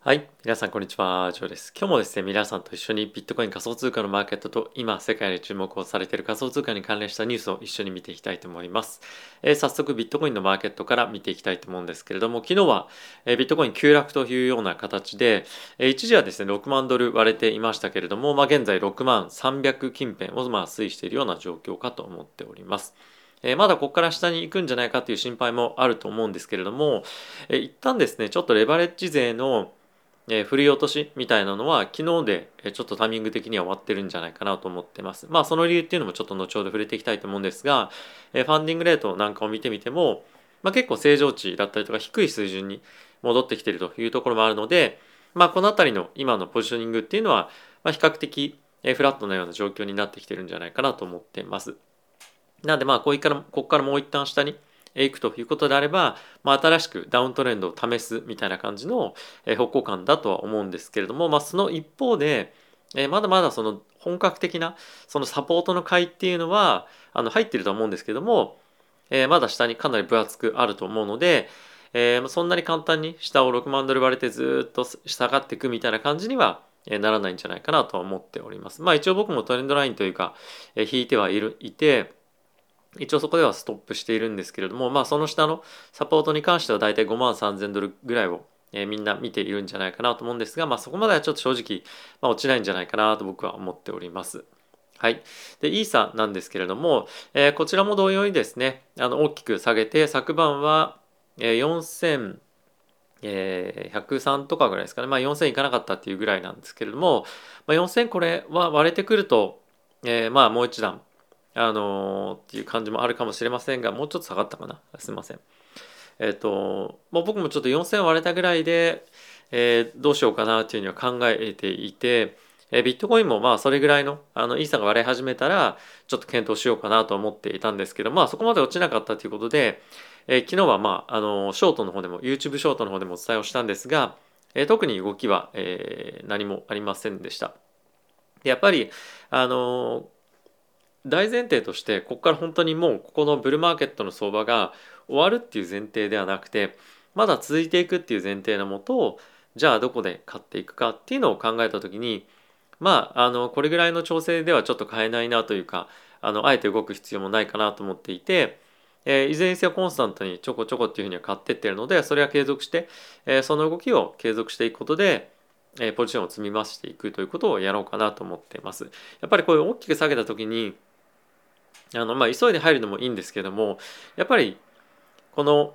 はい。皆さん、こんにちは。ジョーです。今日もですね、皆さんと一緒にビットコイン仮想通貨のマーケットと今、世界で注目をされている仮想通貨に関連したニュースを一緒に見ていきたいと思います。早速、ビットコインのマーケットから見ていきたいと思うんですけれども、昨日は、ビットコイン急落というような形で、一時はですね、6万ドル割れていましたけれども、現在6万300近辺を推移しているような状況かと思っております。まだここから下に行くんじゃないかという心配もあると思うんですけれども、一旦ですね、ちょっとレバレッジ勢の振り落としみたいなのは昨日でちょっとタイミング的には終わってるんじゃないかなと思ってます。その理由っていうのもちょっと後ほど触れていきたいと思うんですが、ファンディングレートなんかを見てみても、結構正常値だったりとか低い水準に戻ってきているというところもあるので、この辺りの今のポジショニングっていうのは、比較的フラットなような状況になってきてるんじゃないかなと思っています。なのでここからもう一旦下に行くということであれば、新しくダウントレンドを試すみたいな感じの方向感だとは思うんですけれども、その一方で、まだまだその本格的なそのサポートの買いっていうのは入ってると思うんですけども、まだ下にかなり分厚くあると思うので、そんなに簡単に下を6万ドル割れてずっと下がっていくみたいな感じにはならないんじゃないかなとは思っております。一応僕もトレンドラインというか引いていて、一応そこではストップしているんですけれども、その下のサポートに関してはだいたい5万3000ドルぐらいを、みんな見ているんじゃないかなと思うんですが、そこまではちょっと正直、落ちないんじゃないかなと僕は思っております。はい。で、イーサなんですけれども、こちらも同様にですね、大きく下げて、昨晩は、4103とかぐらいですかね。4000いかなかったっていうぐらいなんですけれども、4000これは割れてくると、もう一段っていう感じもあるかもしれませんが、もうちょっと下がったかな。すいません。僕もちょっと4000割れたぐらいで、どうしようかなっていうには考えていて、ビットコインもそれぐらいの、イーサが割れ始めたら、ちょっと検討しようかなと思っていたんですけど、そこまで落ちなかったということで、昨日はショートの方でも、YouTube ショートの方でもお伝えをしたんですが、特に動きは、何もありませんでした。でやっぱり、あの大前提としてここから本当にもうここのブルーマーケットの相場が終わるっていう前提ではなくて、まだ続いていくっていう前提のもと、じゃあどこで買っていくかっていうのを考えた時に、これぐらいの調整ではちょっと買えないなというか、あえて動く必要もないかなと思っていて、いずれにせよコンスタントにちょこちょこっていうふうには買ってってるので、それは継続して、その動きを継続していくことでポジションを積み増していくということをやろうかなと思っています。やっぱりこういう大きく下げた時に急いで入るのもいいんですけども、やっぱりこの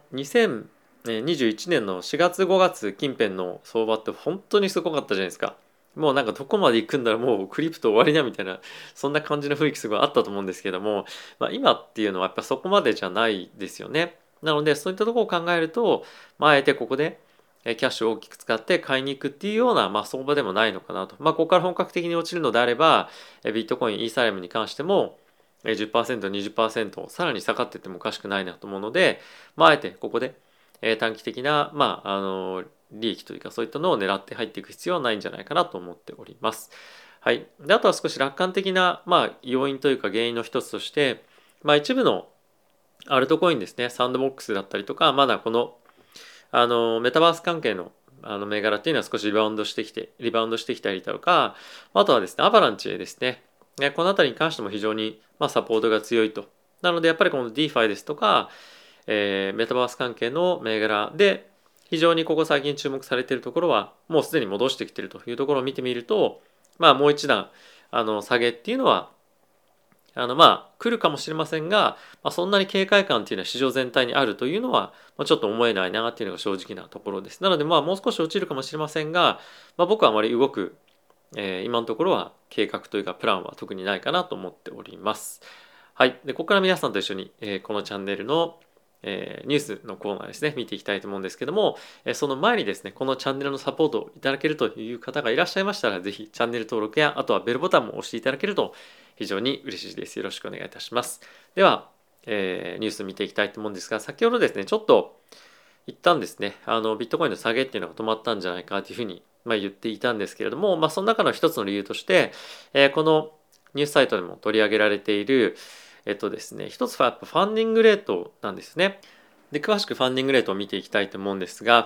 2021年の4月5月近辺の相場って本当にすごかったじゃないですか。もうなんかどこまで行くんだろう、もうクリプト終わりなみたいな、そんな感じの雰囲気すごいあったと思うんですけども、今っていうのはやっぱそこまでじゃないですよね。なのでそういったところを考えると、あえてここでキャッシュを大きく使って買いに行くっていうような、相場でもないのかなと。ここから本格的に落ちるのであれば、ビットコイン、イーサリアムに関しても、10%、20%さらに下がっていってもおかしくないなと思うので、あえてここで短期的な、利益というかそういったのを狙って入っていく必要はないんじゃないかなと思っております。はい。で、あとは少し楽観的な、要因というか原因の一つとして、一部のアルトコインですね、サンドボックスだったりとか、まだこの、メタバース関係の銘柄っていうのは少しリバウンドしてきたりとか、あとはですね、アバランチですね。この辺りに関しても非常にサポートが強いと。なのでやっぱりこの DeFi ですとか、メタバース関係の銘柄で非常にここ最近注目されているところはもうすでに戻してきているというところを見てみると、もう一段下げっていうのは来るかもしれませんが、そんなに警戒感っていうのは市場全体にあるというのは、ちょっと思えないなっていうのが正直なところです。なのでもう少し落ちるかもしれませんが、僕はあまり動く今のところは計画というかプランは特にないかなと思っております。はい。で、ここから皆さんと一緒に、このチャンネルの、ニュースのコーナーですね、見ていきたいと思うんですけども、その前にですね、このチャンネルのサポートをいただけるという方がいらっしゃいましたら、ぜひチャンネル登録や、あとはベルボタンも押していただけると非常に嬉しいです。よろしくお願いいたします。では、ニュース見ていきたいと思うんですが、先ほどですね、ちょっと一旦ですね、ビットコインの下げっていうのが止まったんじゃないかというふうに、言っていたんですけれども、その中の一つの理由として、このニュースサイトでも取り上げられている、ですね、一つはやっぱファンディングレートなんですね。で、詳しくファンディングレートを見ていきたいと思うんですが、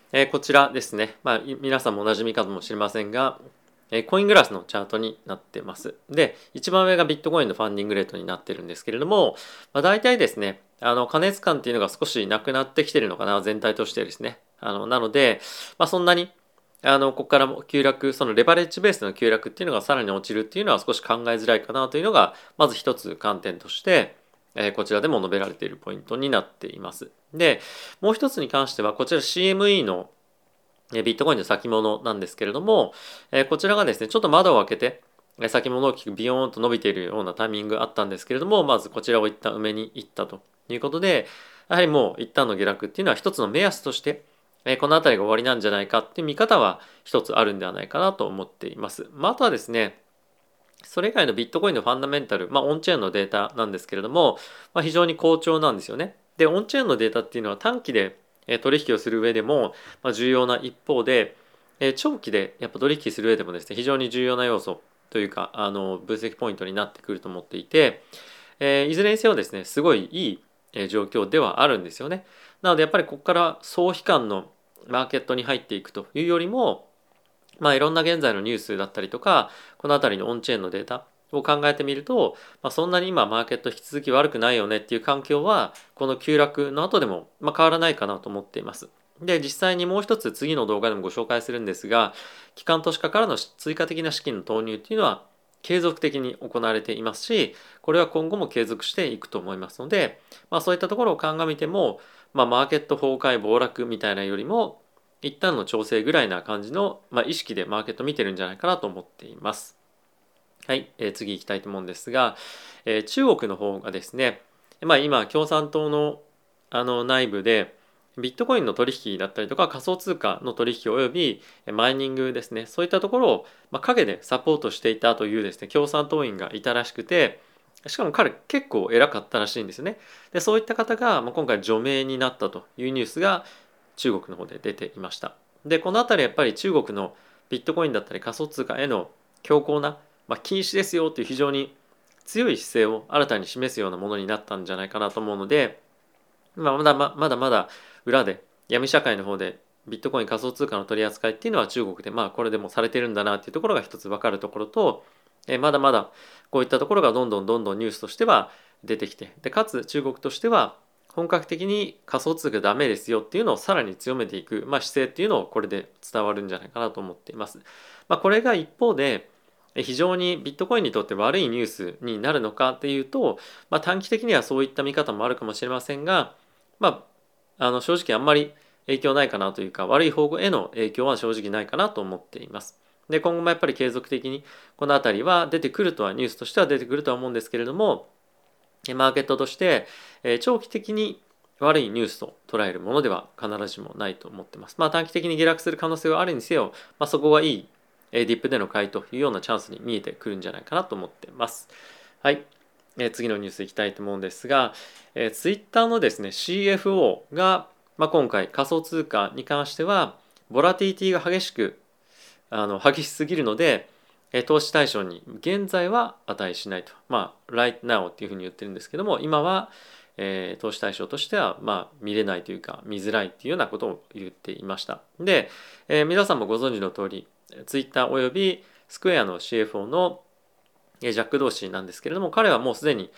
こちらですね。皆さんもおなじみかもしれませんが、コイングラスのチャートになってます。で、一番上がビットコインのファンディングレートになってるんですけれども、大体ですね、過熱感っていうのが少しなくなってきてるのかな、全体としてですね。なので、そんなに、ここからも急落、そのレバレッジベースの急落っていうのがさらに落ちるっていうのは少し考えづらいかなというのが、まず一つ観点として、こちらでも述べられているポイントになっています。で、もう一つに関しては、こちら CME のビットコインの先物なんですけれども、こちらがですね、ちょっと窓を開けて、先物大きくビヨーンと伸びているようなタイミングあったんですけれども、まずこちらを一旦埋めに行ったということで、やはりもう一旦の下落っていうのは一つの目安として、この辺りが終わりなんじゃないかっていう見方は一つあるんではないかなと思っています。あとはですね、それ以外のビットコインのファンダメンタル、オンチェーンのデータなんですけれども、非常に好調なんですよね。で、オンチェーンのデータっていうのは短期で取引をする上でも重要な一方で、長期でやっぱ取引する上でもですね、非常に重要な要素というか、分析ポイントになってくると思っていて、いずれにせよですね、すごいいい状況ではあるんですよね。なのでやっぱりここから総悲観のマーケットに入っていくというよりも、いろんな現在のニュースだったりとか、このあたりのオンチェーンのデータを考えてみると、そんなに今マーケット引き続き悪くないよねっていう環境は、この急落の後でも変わらないかなと思っています。で、実際にもう一つ次の動画でもご紹介するんですが、機関投資家からの追加的な資金の投入っていうのは継続的に行われていますし、これは今後も継続していくと思いますので、そういったところを鑑みても、マーケット崩壊暴落みたいなよりも、一旦の調整ぐらいな感じの、意識でマーケット見てるんじゃないかなと思っています。はい、次行きたいと思うんですが、中国の方がですね、今共産党の内部でビットコインの取引だったりとか仮想通貨の取引およびマイニングですね、そういったところを陰でサポートしていたというですね、共産党員がいたらしくて、しかも彼結構偉かったらしいんですよね。で、そういった方が今回除名になったというニュースが中国の方で出ていました。で、このあたりやっぱり中国のビットコインだったり仮想通貨への強硬な、禁止ですよという非常に強い姿勢を新たに示すようなものになったんじゃないかなと思うので、まだ裏で闇社会の方でビットコイン仮想通貨の取り扱いっていうのは中国でこれでもされてるんだなっていうところが一つ分かるところと、まだまだこういったところがどんどんニュースとしては出てきて、でかつ中国としては本格的に仮想通貨ダメですよっていうのをさらに強めていく、姿勢っていうのをこれで伝わるんじゃないかなと思っています。これが一方で非常にビットコインにとって悪いニュースになるのかっていうと、短期的にはそういった見方もあるかもしれませんが、正直あんまり影響ないかなというか、悪い方への影響は正直ないかなと思っています。で、今後もやっぱり継続的にこのあたりは出てくるとは、ニュースとしては出てくるとは思うんですけれども、マーケットとして長期的に悪いニュースと捉えるものでは必ずしもないと思っています。短期的に下落する可能性はあるにせよ、そこがいいディップでの買いというようなチャンスに見えてくるんじゃないかなと思っています。はい。次のニュースいきたいと思うんですが、ツイッターのですね CFO が、今回仮想通貨に関してはボラティティが激しすぎるので、投資対象に現在は値しないと、right now っていうふうに言ってるんですけども、今は、投資対象としては見れないというか見づらいっていうようなことを言っていました。で、皆さんもご存知の通りツイッターおよびスクエアの CFO のジャック・ドーシーなんですけれども、彼はもうすでに、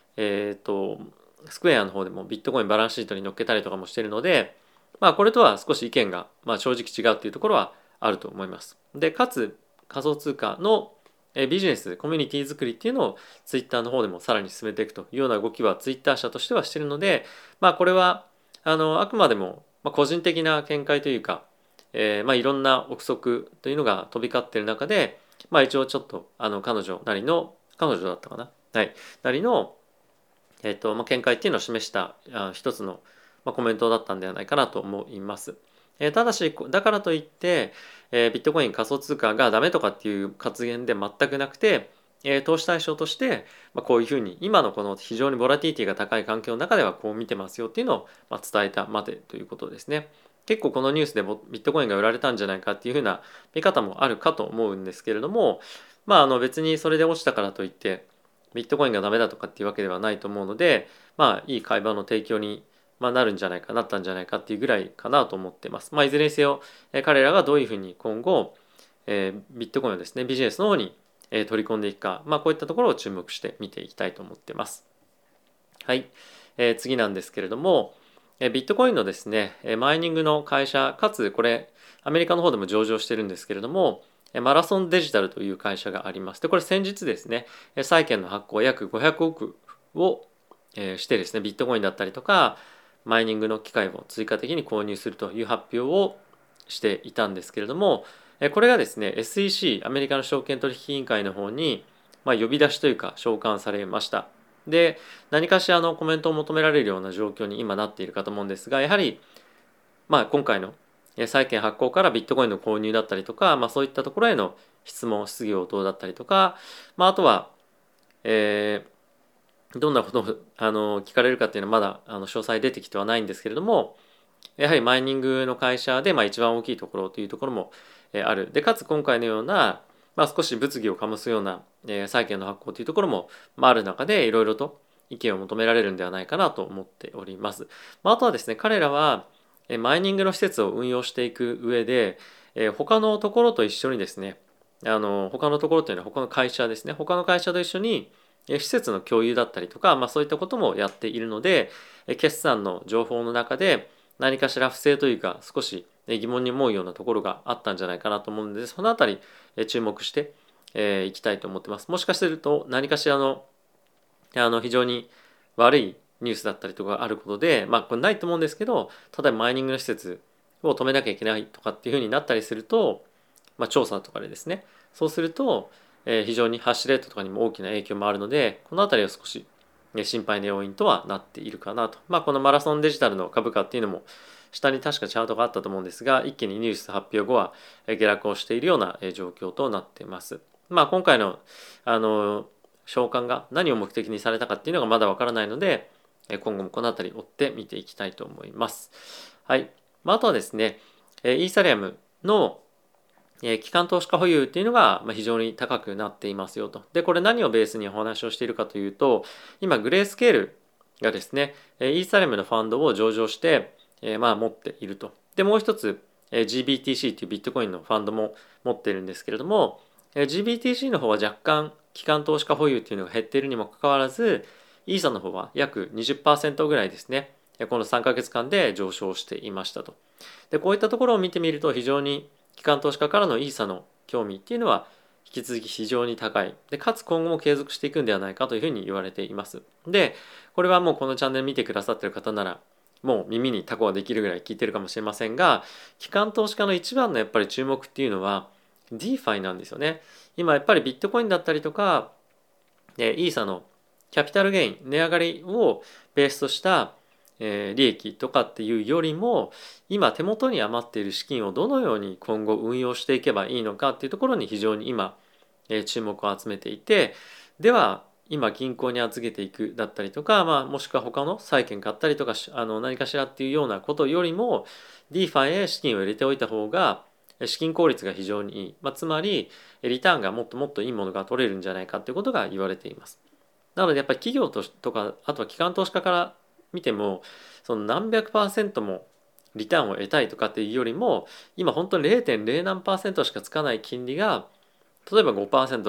スクエアの方でもビットコインバランスシートに載っけたりとかもしているので、これとは少し意見が、正直違うっていうところはあると思います。で、かつ仮想通貨のビジネス、コミュニティ作りっていうのをツイッターの方でもさらに進めていくというような動きはツイッター社としてはしているので、これはあくまでも個人的な見解というか、いろんな憶測というのが飛び交っている中で、一応ちょっと彼女だったかな、はい、なりの、見解っていうのを示した一つの、コメントだったんではないかなと思います。ただしだからといって、ビットコイン仮想通貨がダメとかっていう発言で全くなくて、投資対象として、こういうふうに今のこの非常にボラティティが高い環境の中ではこう見てますよっていうのを伝えたまでということですね。結構このニュースでビットコインが売られたんじゃないかっていうふうな見方もあるかと思うんですけれども、別にそれで落ちたからといってビットコインがダメだとかっていうわけではないと思うので、いい会話の提供になるんじゃないかなったんじゃないかっていうぐらいかなと思っています。いずれにせよ、彼らがどういうふうに今後、ビットコインをですねビジネスの方に取り込んでいくか、こういったところを注目して見ていきたいと思ってます。はい、次なんですけれども、ビットコインのですねマイニングの会社かつこれアメリカの方でも上場してるんですけれども、マラソンデジタルという会社があります。でこれ先日ですね債券の発行約500億をしてですねビットコインだったりとかマイニングの機械を追加的に購入するという発表をしていたんですけれども、これがですね SEC アメリカの証券取引委員会の方に呼び出しというか召喚されました。で何かしらのコメントを求められるような状況に今なっているかと思うんですが、やはり今回の債券発行からビットコインの購入だったりとか、そういったところへの質問質疑応答だったりとか、あとは、どんなことを聞かれるかっていうのはまだ詳細出てきてはないんですけれども、やはりマイニングの会社で一番大きいところというところもある。でかつ今回のような、少し物議を醸すような債券の発行というところもある中でいろいろと意見を求められるんではないかなと思っております。あとはですね、彼らはマイニングの施設を運用していく上で他のところと一緒にですね、他のところというのは他の会社ですね、他の会社と一緒に施設の共有だったりとか、そういったこともやっているので、決算の情報の中で何かしら不正というか少し疑問に思うようなところがあったんじゃないかなと思うので、そのあたり注目していきたいと思ってます。もしかすると何かしらの非常に悪いニュースだったりとかあることで、これないと思うんですけど、例えばマイニングの施設を止めなきゃいけないとかっていうふうになったりすると、調査とかでですね、そうすると非常にハッシュレートとかにも大きな影響もあるので、このあたりは少し心配な要因とはなっているかなと。このマラソンデジタルの株価っていうのも下に確かチャートがあったと思うんですが、一気にニュース発表後は下落をしているような状況となっています。今回の召喚が何を目的にされたかっていうのがまだわからないので、今後もこのあたり追って見ていきたいと思います。はい。あとはですね、イーサリアムの機関投資家保有っていうのが非常に高くなっていますよと。で、これ何をベースにお話をしているかというと、今グレースケールがですね、イーサリアムのファンドを上場して、持っていると。で、もう一つ、GBTC というビットコインのファンドも持っているんですけれども、GBTC の方は若干機関投資家保有っていうのが減っているにもかかわらず、イーサの方は約 20% ぐらいですね、この3ヶ月間で上昇していましたと。で、こういったところを見てみると非常に機関投資家からのイーサの興味っていうのは引き続き非常に高い。で、かつ今後も継続していくんではないかというふうに言われています。で、これはもうこのチャンネル見てくださっている方なら、もう耳にタコができるぐらい聞いてるかもしれませんが、機関投資家の一番のやっぱり注目っていうのは DeFi なんですよね。今やっぱりビットコインだったりとか、イーサのキャピタルゲイン、値上がりをベースとした利益とかっていうよりも、今手元に余っている資金をどのように今後運用していけばいいのかっていうところに非常に今注目を集めていて、では今銀行に預けていくだったりとか、もしくは他の債券買ったりとか何かしらっていうようなことよりも DeFi へ資金を入れておいた方が資金効率が非常にいい、つまりリターンがもっともっといいものが取れるんじゃないかっていうことが言われています。なのでやっぱり企業とかあとは機関投資家から見ても、その何百パーセントもリターンを得たいとかっていうよりも、今本当に 0.0 何パーセントしかつかない金利が例えば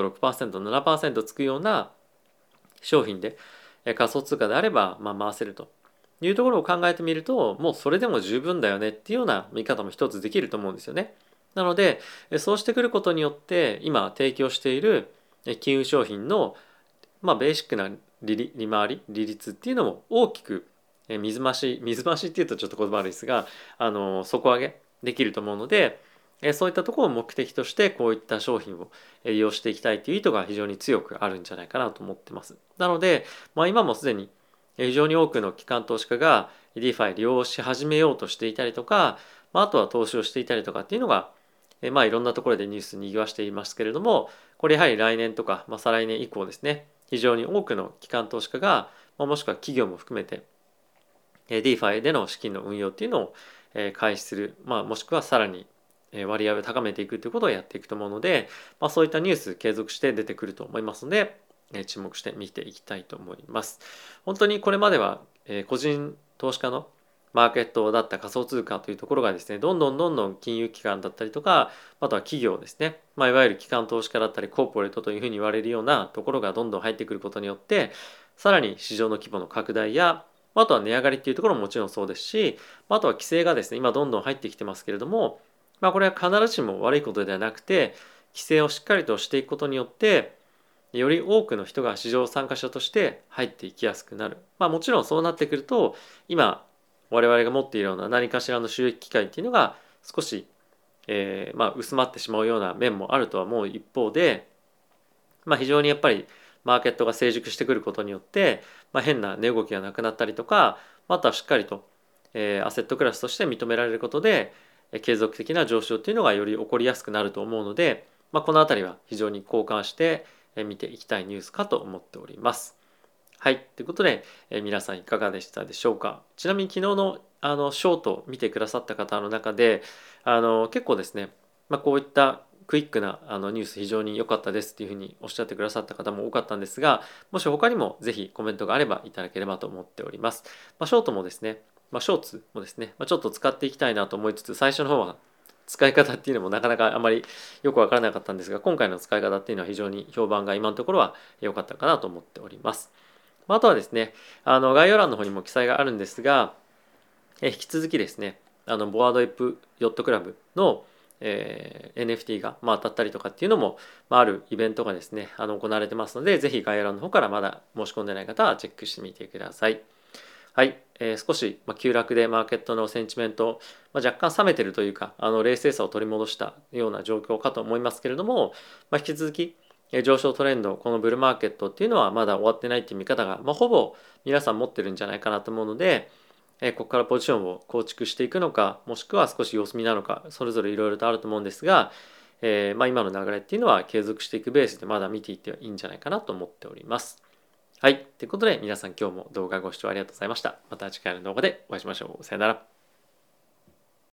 5%、6%、7% つくような商品で仮想通貨であれば回せるというところを考えてみると、もうそれでも十分だよねっていうような見方も一つできると思うんですよね。なのでそうしてくることによって今提供している金融商品のベーシックな利回り利率っていうのも大きく水増しっていうとちょっと言葉悪いですが底上げできると思うので、そういったところを目的としてこういった商品を利用していきたいという意図が非常に強くあるんじゃないかなと思ってます。なので、今もすでに非常に多くの機関投資家が DeFi 利用し始めようとしていたりとか、あとは投資をしていたりとかっていうのがいろんなところでニュースにぎわしていますけれども、これやはり来年とか、再来年以降ですね、非常に多くの機関投資家が、もしくは企業も含めて DeFi での資金の運用っていうのを開始する、もしくはさらに割合を高めていくということをやっていくと思うので、そういったニュース継続して出てくると思いますので、注目して見ていきたいと思います。本当にこれまでは個人投資家のマーケットだった仮想通貨というところがですね、どんどんどんどん金融機関だったりとか、あとは企業ですね、いわゆる機関投資家だったりコーポレートというふうに言われるようなところがどんどん入ってくることによって、さらに市場の規模の拡大や、あとは値上がりっていうところももちろんそうですし、あとは規制がですね、今どんどん入ってきてますけれども、これは必ずしも悪いことではなくて、規制をしっかりとしていくことによって、より多くの人が市場参加者として入っていきやすくなる。もちろんそうなってくると、今我々が持っているような何かしらの収益機会っていうのが少し、薄まってしまうような面もあるとは思う一方で、非常にやっぱりマーケットが成熟してくることによって、変な値動きがなくなったりとか、あとはしっかりと、アセットクラスとして認められることで、継続的な上昇っていうのがより起こりやすくなると思うので、このあたりは非常に交換して見ていきたいニュースかと思っております。はい。ということで、皆さんいかがでしたでしょうか。ちなみに昨日のショート見てくださった方の中で、結構ですね、こういったクイックなニュース非常に良かったですっていうふうにおっしゃってくださった方も多かったんですが、もし他にもぜひコメントがあればいただければと思っております。ショートもですね、ショーツもですね、ちょっと使っていきたいなと思いつつ、最初の方は使い方っていうのもなかなかあまりよくわからなかったんですが、今回の使い方っていうのは非常に評判が今のところは良かったかなと思っております。あとはですね、概要欄の方にも記載があるんですが、引き続きですね、ボワードエップヨットクラブの、NFT が、当たったりとかっていうのも、あるイベントがですね、行われてますので、ぜひ概要欄の方からまだ申し込んでない方はチェックしてみてください。はい、少し、急落でマーケットのセンチメント、若干冷めてるというか、冷静さを取り戻したような状況かと思いますけれども、引き続き上昇トレンド、このブルーマーケットっていうのはまだ終わってないっていう見方が、ほぼ皆さん持ってるんじゃないかなと思うので、ここからポジションを構築していくのか、もしくは少し様子見なのか、それぞれいろいろとあると思うんですが、今の流れっていうのは継続していくベースでまだ見ていっていいんじゃないかなと思っております。はい。ということで皆さん今日も動画ご視聴ありがとうございました。また次回の動画でお会いしましょう。さよなら。